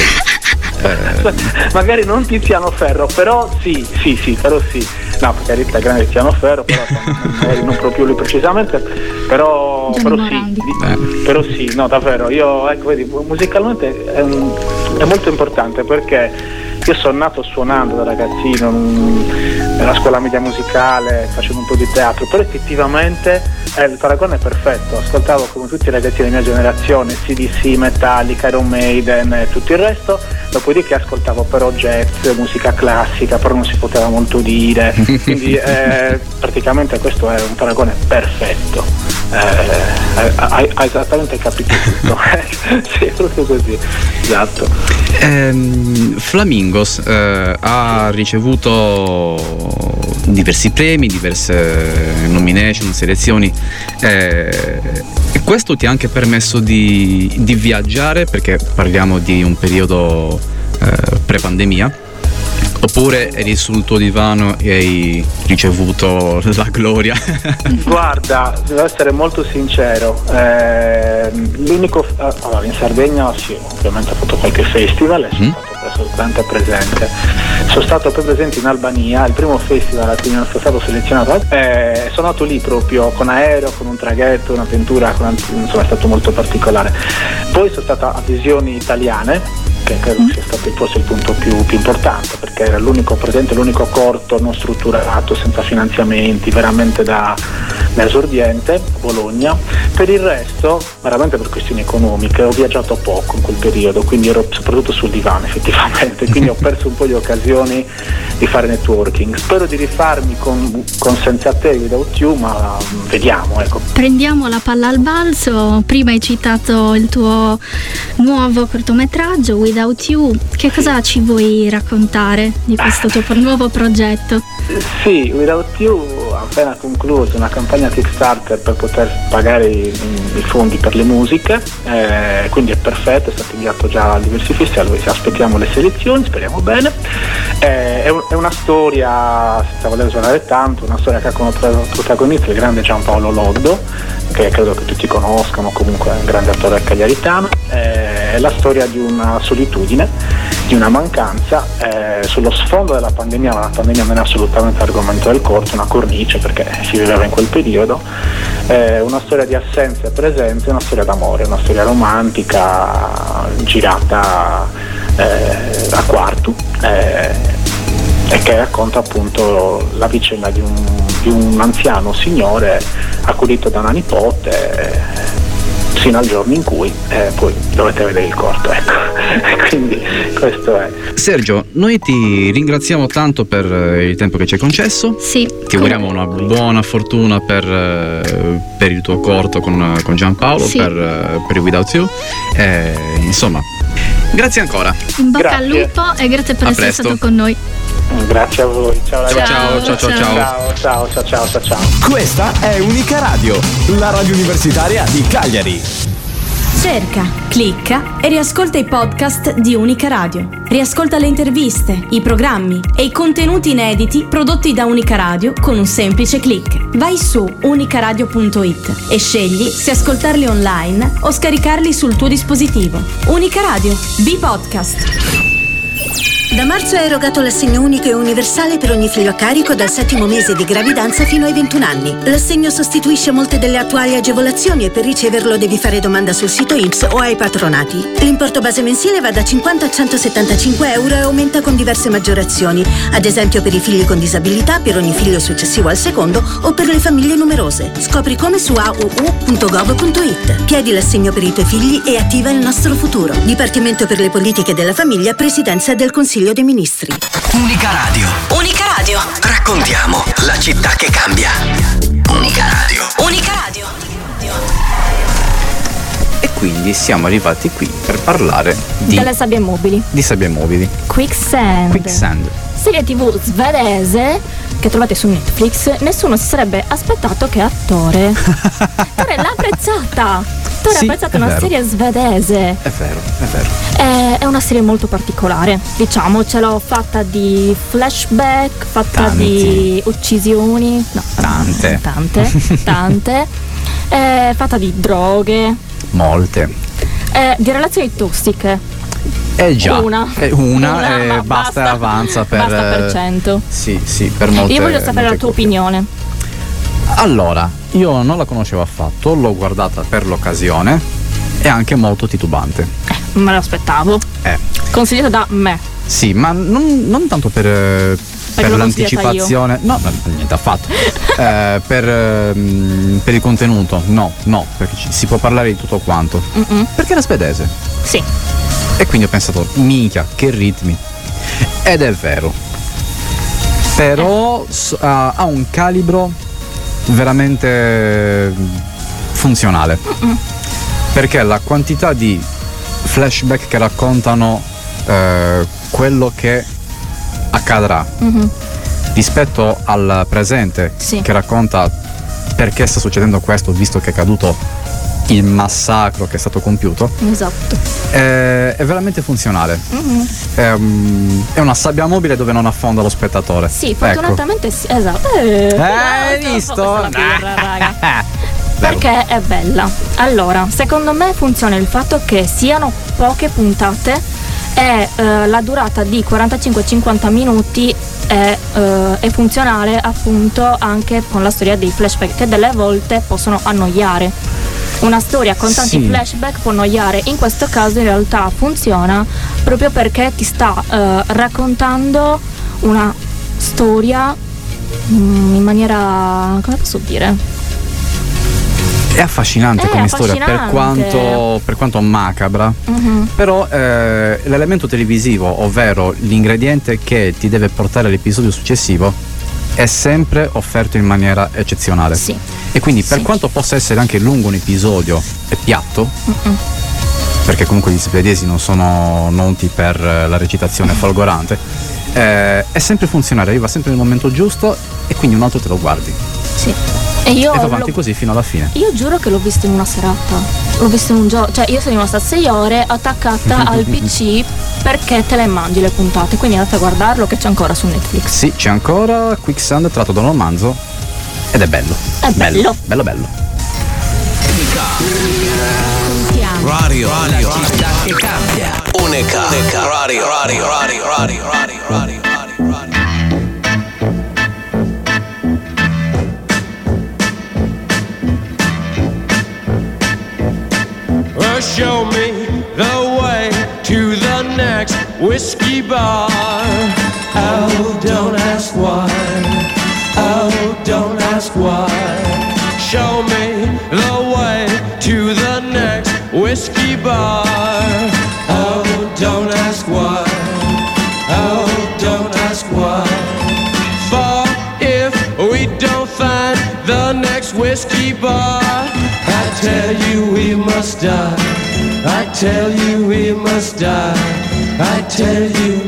Magari non Tiziano Ferro, però sì. No, per carità, grande Tiziano Ferro, però non proprio lui precisamente, però sì, no, davvero. Io, ecco, vedi, musicalmente è molto importante perché io sono nato suonando da ragazzino nella scuola media musicale, facendo un po' di teatro, però effettivamente il paragone è perfetto. Ascoltavo come tutti i ragazzi della mia generazione CDC, Metallica, Iron Maiden e tutto il resto, dopodiché ascoltavo però jazz, musica classica, però non si poteva molto dire, quindi praticamente questo è un paragone perfetto. Hai esattamente capito tutto. Sì, proprio così, esatto. Flamingos ha ricevuto diversi premi, diverse nomination, selezioni, e questo ti ha anche permesso di viaggiare, perché parliamo di un periodo pre-pandemia, oppure eri sul tuo divano e hai ricevuto la gloria? Guarda, devo essere molto sincero, l'unico allora in Sardegna sì, ovviamente ho fatto qualche festival, sono stato assolutamente presente. Sono stato poi presente in Albania, il primo festival a cui sono stato selezionato, sono andato lì proprio con aereo, con un traghetto, un'avventura, insomma è stato molto particolare. Poi sono stato a visioni italiane, che credo sia stato forse il punto più importante, perché era l'unico corto non strutturato, senza finanziamenti, veramente da esordiente, a Bologna. Per il resto, veramente per questioni economiche, ho viaggiato poco in quel periodo, quindi ero soprattutto sul divano effettivamente, quindi ho perso un po' di occasioni di fare networking. Spero di rifarmi con Senza Te, Without You, ma vediamo, ecco. Prendiamo la palla al balzo. Prima hai citato il tuo nuovo cortometraggio Without You, che cosa ci vuoi raccontare di questo tuo nuovo progetto? Sì, Without You ha appena concluso una campagna Kickstarter per poter pagare i fondi per le musiche, quindi è perfetto, è stato inviato già a diversi festival, aspettiamo le selezioni, speriamo bene. È una storia, senza voler suonare tanto, una storia che ha come protagonista il grande Giampaolo Loddo, che credo che tutti conoscano, comunque è un grande attore cagliaritano. È la storia di una solitudine, di una mancanza, sullo sfondo della pandemia, ma la pandemia non è assolutamente argomento del corto, una cornice perché si viveva in quel periodo, una storia di assenza e presenza, una storia d'amore, una storia romantica girata a quarto, e che racconta appunto la vicenda di un anziano signore accudito da una nipote fino al giorno in cui poi dovete vedere il corto, ecco. Quindi questo è. Sergio, noi ti ringraziamo tanto per il tempo che ci hai concesso. Sì. Ti auguriamo una buona fortuna per il tuo corto con Giampaolo, sì, per Without You. Insomma, grazie ancora. In bocca al lupo e grazie per essere stato con noi. Grazie a voi. Ciao ragazzi. Ciao. Questa è Unica Radio, la radio universitaria di Cagliari. Cerca, clicca e riascolta i podcast di Unica Radio. Riascolta le interviste, i programmi e i contenuti inediti prodotti da Unica Radio con un semplice click. Vai su unicaradio.it e scegli se ascoltarli online o scaricarli sul tuo dispositivo. Unica Radio, B-Podcast. Da marzo è erogato l'assegno unico e universale per ogni figlio a carico dal 7° mese di gravidanza fino ai 21 anni. L'assegno sostituisce molte delle attuali agevolazioni e per riceverlo devi fare domanda sul sito INPS o ai patronati. L'importo base mensile va da 50 a 175 euro e aumenta con diverse maggiorazioni, ad esempio per i figli con disabilità, per ogni figlio successivo al secondo o per le famiglie numerose. Scopri come su auu.gov.it. Chiedi l'assegno per i tuoi figli e attiva il nostro futuro. Dipartimento per le politiche della famiglia, Presidenza del Consiglio dei Ministri. Unica Radio. Unica Radio. Raccontiamo la città che cambia. Unica Radio. Unica Radio. E quindi siamo arrivati qui per parlare delle sabbie mobili. Di sabbie mobili. Quicksand. Serie TV svedese che trovate su Netflix. Nessuno si sarebbe aspettato che attore. Attore l'ha apprezzata. Attore Sì, ha apprezzato è una vero. serie svedese. È vero. È una serie molto particolare, diciamo, ce l'ho fatta di flashback, fatta di uccisioni, no, tante, fatta di droghe, Molte. di relazioni tossiche. Già. Una, e basta e avanza per. Basta per 100. Sì, per molte. Io voglio sapere la tua opinione. Allora, io non la conoscevo affatto, l'ho guardata per l'occasione e anche molto titubante. Me l'aspettavo. Consigliata da me. Sì, ma non tanto per l'ho l'anticipazione. No, niente affatto. Per il contenuto, no, perché si può parlare di tutto quanto. Perché era svedese. Sì. E quindi ho pensato, minchia, che ritmi. Ed è vero. Però ha un calibro veramente funzionale. Perché la quantità di flashback che raccontano quello che accadrà rispetto al presente che racconta perché sta succedendo questo, visto che è caduto il massacro che è stato compiuto. Esatto. È veramente funzionale. È una sabbia mobile dove non affonda lo spettatore. Sì, fortunatamente sì, esatto. Hai visto? Perché è bella. Allora, secondo me funziona il fatto che siano poche puntate e la durata di 45-50 minuti è funzionale appunto anche con la storia dei flashback, che delle volte possono annoiare. Una storia con tanti flashback può annoiare. In questo caso in realtà funziona proprio perché ti sta raccontando una storia in maniera, come posso dire? È affascinante come storia, per quanto macabra. Però l'elemento televisivo, ovvero l'ingrediente che ti deve portare all'episodio successivo, è sempre offerto in maniera eccezionale. E quindi per quanto possa essere anche lungo un episodio e piatto, perché comunque gli svedesi non sono noti per la recitazione folgorante, è sempre funzionale, arriva sempre nel momento giusto e quindi un altro te lo guardi. E va avanti così fino alla fine. Io giuro che l'ho visto in una serata, l'ho visto in un giorno, cioè io sono rimasta 6 ore attaccata al PC perché te le mangi le puntate, quindi andate a guardarlo che c'è ancora su Netflix. Sì, c'è ancora. Quicksand, tratto da un romanzo, ed è bello. Bello. Radio, la città che cambia. Unica Radio. Show me the way to the next whiskey bar. Oh, don't ask why. Oh, don't ask why. Show me the way to the next whiskey bar. Oh, don't ask why. Oh, don't ask why. For if we don't find the next whiskey bar, I tell you we must die. I tell you we must die. I tell you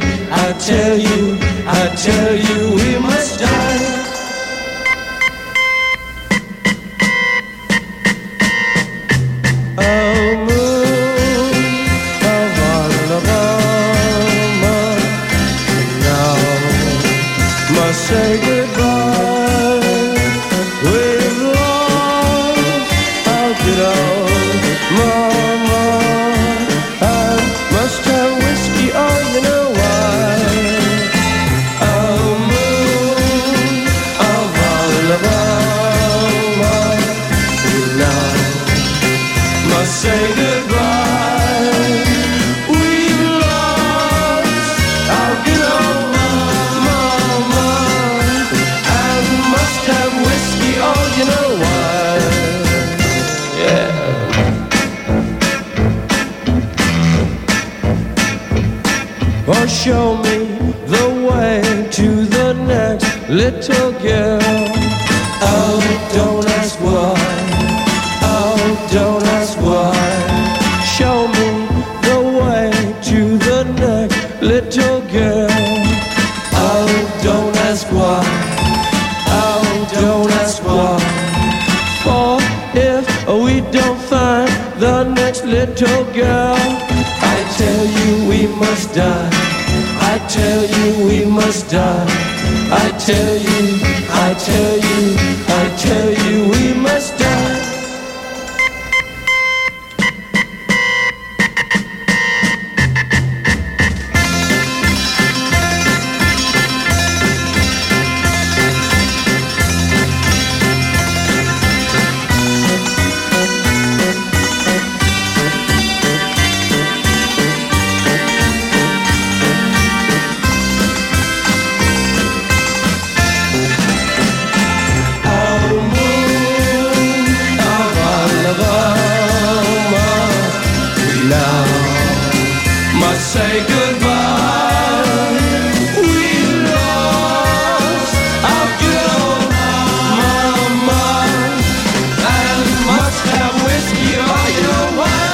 we must die. Oh moon of Alabama, now must say goodbye. We've lost our good old mama. I must have whiskey, oh you know why. show me the way to the next little girl. Oh, don't ask why. Oh, don't ask why. Show me the way to the next little girl. Oh, don't ask why. Oh, don't ask why. For if we don't find the next little girl, I tell you we must die. I tell you we must die. I tell you, I tell you, I tell you we must die. Say goodbye. We lost our good old mama and must have whiskey on your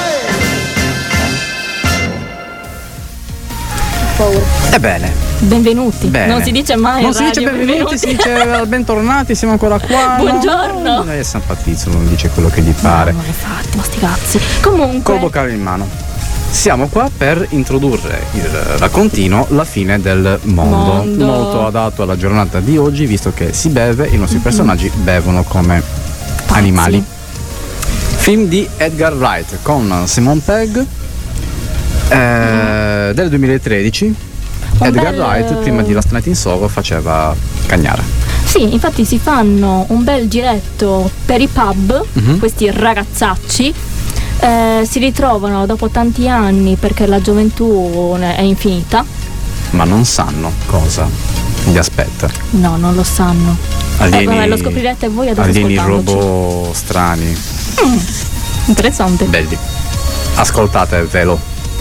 way. Ebbene. Benvenuti. Bene. Non si dice mai. Non si dice benvenuti, si dice bentornati, siamo ancora qua. Buongiorno. Lei è San Patrizio, non dice quello che gli pare. No, infatti, ma sti cazzi. Comunque. Col boccale in mano. Siamo qua per introdurre il raccontino La fine del mondo. Molto adatto alla giornata di oggi, visto che si beve, i nostri personaggi bevono come animali. Film di Edgar Wright con Simon Pegg del 2013. Edgar Wright prima di Last Night in Soho faceva Cagnara. Sì, infatti si fanno un bel giretto per i pub, questi ragazzacci. Si ritrovano dopo tanti anni perché la gioventù è infinita. Ma non sanno cosa li aspetta. No, non lo sanno. Vabbè, lo scoprirete voi adesso. Alieni robot strani. Interessante. Belli. Ascoltatevelo.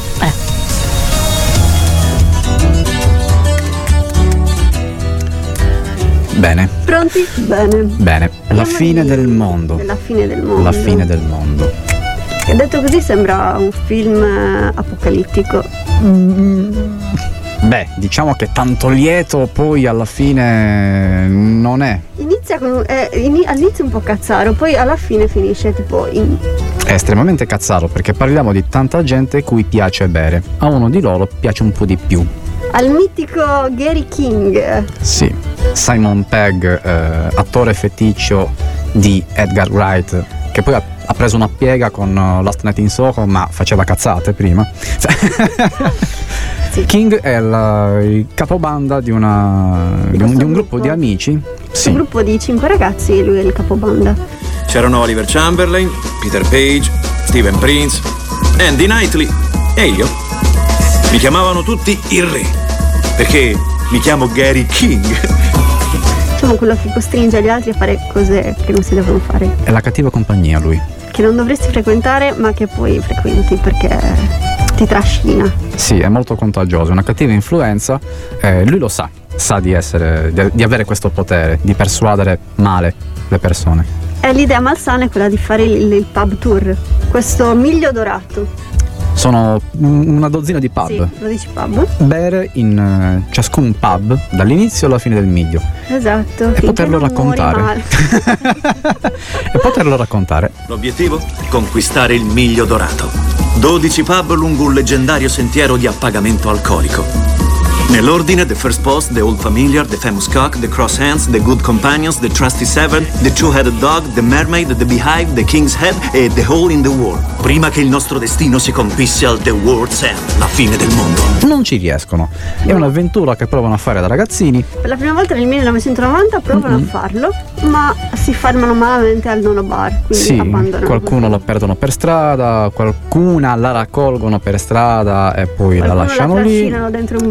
Bene. Pronti? Bene. Bene. La fine del mondo. La fine del mondo. La fine del mondo. E detto così sembra un film apocalittico. Beh, diciamo che tanto lieto poi alla fine non è. Inizia con all'inizio un po' cazzaro, poi alla fine finisce tipo È estremamente cazzaro perché parliamo di tanta gente cui piace bere. A uno di loro piace un po' di più. Al mitico Gary King. Sì, Simon Pegg, attore feticcio di Edgar Wright, che poi ha preso una piega con Last Night in Soho, ma faceva cazzate prima. Sì. King è il capobanda di un gruppo di amici. Sì. Un gruppo di 5 ragazzi, lui è il capobanda. C'erano Oliver Chamberlain, Peter Page, Steven Prince, Andy Knightley e io. Mi chiamavano tutti il re, perché mi chiamo Gary King. Diciamo quello che costringe gli altri a fare cose che non si devono fare. È la cattiva compagnia lui. Che non dovresti frequentare, ma che poi frequenti perché ti trascina. Sì, è molto contagioso, è una cattiva influenza. Lui lo sa di avere questo potere, di persuadere male le persone. E l'idea malsana è quella di fare il pub tour, questo miglio dorato. Sono una dozzina di pub. Sì, 12 pub. Bere in ciascun pub dall'inizio alla fine del miglio. Esatto. E poterlo raccontare. E poterlo raccontare. L'obiettivo? Conquistare il miglio dorato. 12 pub lungo un leggendario sentiero di appagamento alcolico. Nell'ordine: The First Post, The Old Familiar, The Famous Cock, The Cross Hands, The Good Companions, The Trusty Seven, The Two-Headed Dog, The Mermaid, The Beehive, The King's Head e The Hole in the Wall. Prima che il nostro destino si compisse al The World's End, la fine del mondo. Non ci riescono. È un'avventura che provano a fare da ragazzini. Per la prima volta nel 1990 provano a farlo, ma si fermano malamente al nono bar, quindi sì, abbandonano. Qualcuno la perdono per strada, qualcuna la raccolgono per strada e poi la lasciano la lì. trascinano dentro un bagno.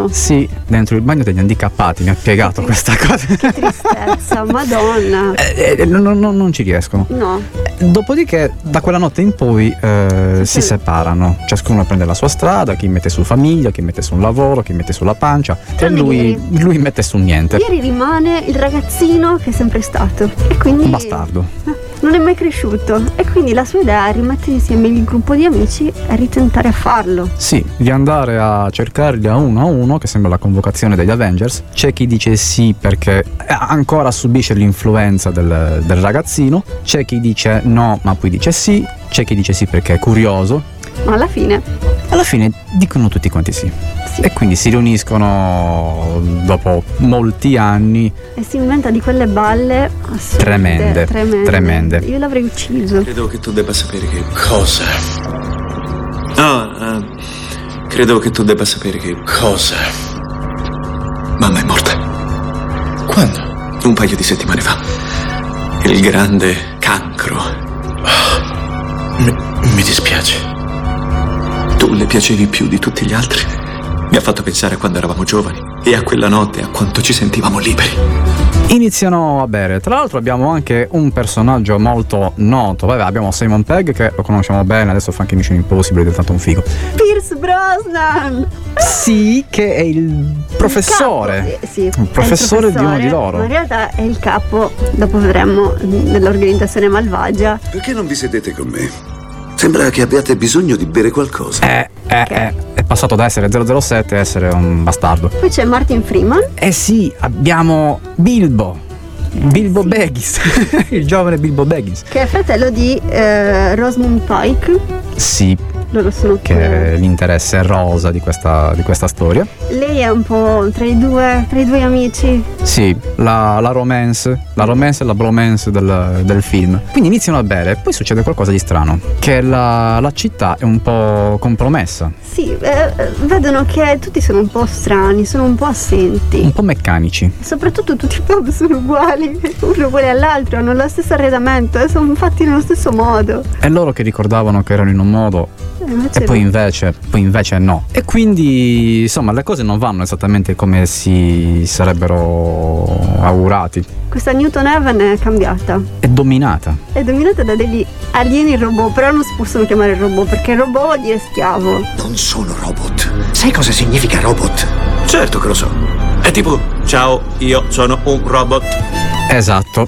bagno? Sì, dentro il bagno degli handicappati, mi ha spiegato questa cosa. Che tristezza, madonna. Non ci riescono. No. Dopodiché da quella notte in poi si separano, ciascuno prende la sua strada, chi mette su famiglia, chi mette su un lavoro, chi mette sulla pancia, e lui mette su niente. Ieri rimane il ragazzino che è sempre stato, e quindi un bastardo. Non è mai cresciuto, e quindi la sua idea è rimettere insieme il gruppo di amici e ritentare a farlo. Sì, di andare a cercarli a uno, che sembra la convocazione degli Avengers. C'è chi dice sì perché ancora subisce l'influenza del ragazzino, c'è chi dice no ma poi dice sì, c'è chi dice sì perché è curioso. Ma alla fine dicono tutti quanti sì. E quindi si riuniscono dopo molti anni. E si inventa di quelle balle assurde, tremende. Io l'avrei ucciso. Credo che tu debba sapere che... Cosa? Credo che tu debba sapere che... Cosa? Mamma è morta. Quando? Un paio di settimane fa. Il grande cancro. Mi dispiace. Tu le piacevi più di tutti gli altri. Mi ha fatto pensare a quando eravamo giovani e a quella notte, a quanto ci sentivamo liberi. Iniziano a bere. Tra l'altro abbiamo anche un personaggio molto noto. Vabbè, abbiamo Simon Pegg, che lo conosciamo bene, adesso fa anche Mission Impossible, è diventato un figo. Pierce Brosnan! Sì, che è il professore. Il professore di uno di loro. Ma in realtà è il capo, dopo vedremo, dell'organizzazione malvagia. Perché non vi sedete con me? Sembra che abbiate bisogno di bere qualcosa. È passato da essere 007 a essere un bastardo. Poi c'è Martin Freeman. Sì, abbiamo Bilbo Baggins. Il giovane Bilbo Baggins, che è fratello di Rosamund Pike. Sì, loro sono che è l'interesse rosa di questa storia. Lei è un po' tra i due amici. Sì, la romance e la bromance del film. Quindi iniziano a bere, poi succede qualcosa di strano, che la città è un po' compromessa. Sì, vedono che tutti sono un po' strani, sono un po' assenti, un po' meccanici. Soprattutto tutti i pub sono uguali, uno uguale all'altro, hanno lo stesso arredamento e sono fatti nello stesso modo. E loro che ricordavano che erano in un modo e poi invece no. E quindi insomma le cose non vanno esattamente come si sarebbero augurati. Questa Newton Heaven è cambiata. È dominata da degli alieni robot, però non si possono chiamare robot perché robot vuol dire schiavo. Non sono robot. Sai cosa significa robot? Certo che lo so. È tipo, ciao, io sono un robot. Esatto.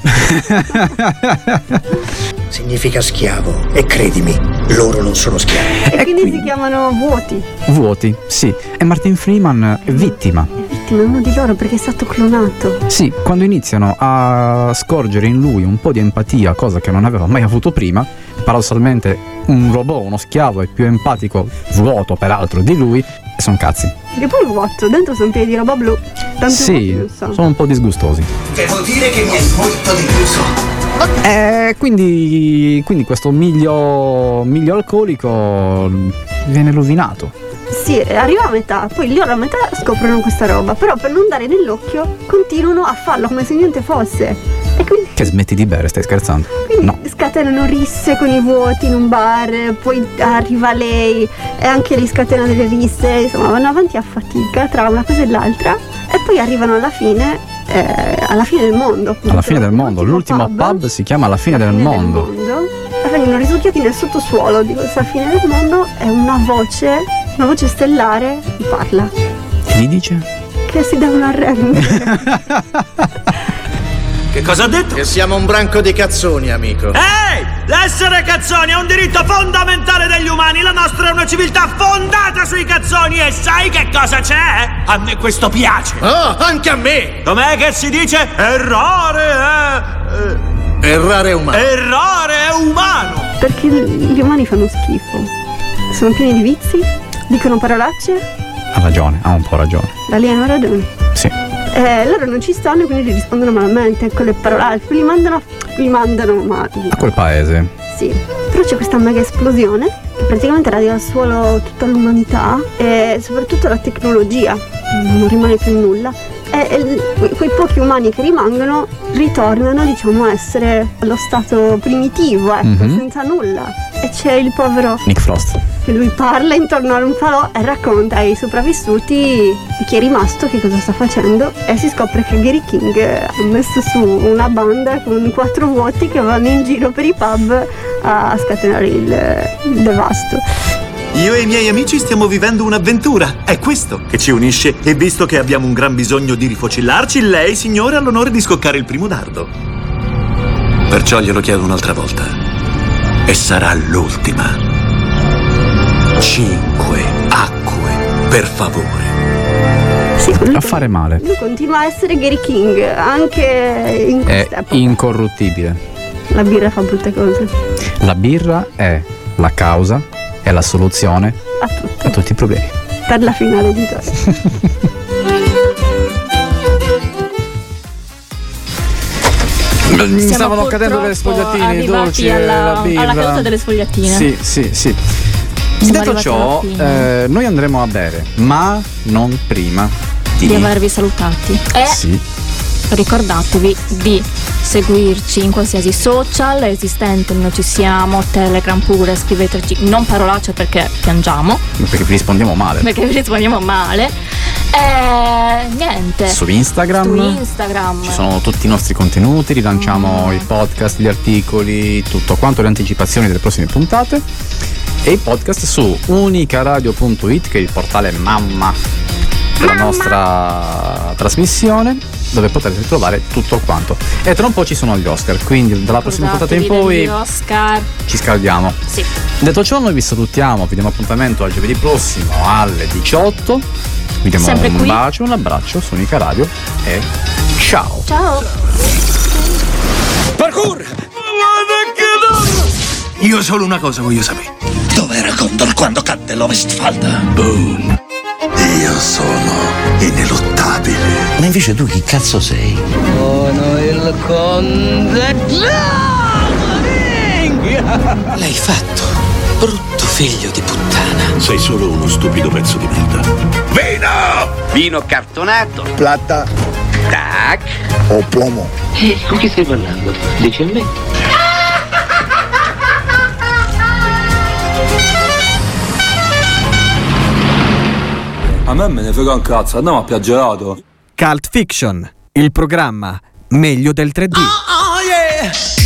Significa schiavo. E credimi, loro non sono schiavi. E quindi si chiamano vuoti, sì. E Martin Freeman è vittima. È uno di loro perché è stato clonato. Sì, quando iniziano a scorgere in lui un po' di empatia, cosa che non aveva mai avuto prima, paradossalmente un robot, uno schiavo è più empatico, vuoto peraltro, di lui, e sono cazzi. E poi vuoto, dentro sono pieni di roba blu. Sì, sono un po' disgustosi. Devo dire che mi è molto deluso. Quindi questo miglio alcolico viene rovinato. Sì, arriva a metà, poi loro a metà scoprono questa roba, però per non dare nell'occhio continuano a farlo come se niente fosse. E quindi che smetti di bere, stai scherzando? No. Scatenano risse con i vuoti in un bar, poi arriva lei e anche lei scatena delle risse, insomma vanno avanti a fatica tra una cosa e l'altra e poi arrivano alla fine del mondo. Appunto. Alla fine del mondo, l'ultimo pub si chiama La fine del mondo. E vengono risucchiati nel sottosuolo di questa fine del mondo e una voce stellare parla. Che gli dice? Che si devono arrendere. Che cosa ha detto? Che siamo un branco di cazzoni, amico. Ehi! L'essere cazzoni è un diritto fondamentale degli umani. La nostra è una civiltà fondata sui cazzoni. E sai che cosa c'è? A me questo piace. Oh, anche a me! Com'è che si dice? Errare è umano. Errore è umano. Perché gli umani fanno schifo. Sono pieni di vizi, dicono parolacce. Ha ragione, ha un po' ragione. L'alieno ha ragione. Sì. Loro non ci stanno e quindi gli rispondono malamente con le parolacce. Li mandano male. A quel paese. Sì. Però c'è questa mega esplosione che praticamente radia al suolo tutta l'umanità e soprattutto la tecnologia. Non rimane più nulla. e quei pochi umani che rimangono ritornano, diciamo, a essere allo stato primitivo, senza nulla. E c'è il povero Nick Frost che lui parla intorno a un falò e racconta ai sopravvissuti di chi è rimasto, che cosa sta facendo, e si scopre che Gary King ha messo su una banda con 4 vuoti che vanno in giro per i pub a scatenare il devasto. Io e i miei amici stiamo vivendo un'avventura. È questo che ci unisce. E visto che abbiamo un gran bisogno di rifocillarci, lei, signore, ha l'onore di scoccare il primo dardo. Perciò glielo chiedo un'altra volta. E sarà l'ultima. 5 acque, per favore. Sì, a fare male. Lui continua a essere Gary King anche in è quest'epoca. incorruttibile. La birra fa brutte cose. La birra è la causa, è la soluzione a tutti i problemi. Per la finale di Toro. Mi stavano cadendo le sfogliatine, i dolci, la birra. Alla caduta delle sfogliatine. Sì. Detto ciò, noi andremo a bere, ma non prima di avervi salutati. Sì. Ricordatevi di seguirci in qualsiasi social esistente, noi ci siamo, Telegram pure, scriveteci, non parolacce perché piangiamo. Perché vi rispondiamo male. Niente. Su Instagram ci sono tutti i nostri contenuti, rilanciamo i podcast, gli articoli, tutto quanto, le anticipazioni delle prossime puntate e i podcast su unicaradio.it, che è il portale mamma della nostra trasmissione, dove potrete trovare tutto quanto. E tra un po' ci sono gli Oscar, quindi dalla prossima puntata in poi ci scaldiamo. Sì. Detto ciò, noi vi salutiamo, vi diamo appuntamento al giovedì prossimo alle 18. Vi diamo un bacio, un abbraccio su Unica Radio e ciao. Parkour! Io solo una cosa voglio sapere. Dov'era Condor quando cadde l'Ovestfalda? Boom. Io sono ineluttabile. Ma invece tu chi cazzo sei? Sono il conte. L'hai fatto, brutto figlio di puttana. Sei solo uno stupido pezzo di merda. Vino! Vino cartonato. Plata Tac. o plomo? Con chi stai parlando? Dici a me? A me ne frega un cazzo, andiamo a Piaggerato. Cult Fiction, il programma meglio del 3D. Oh yeah!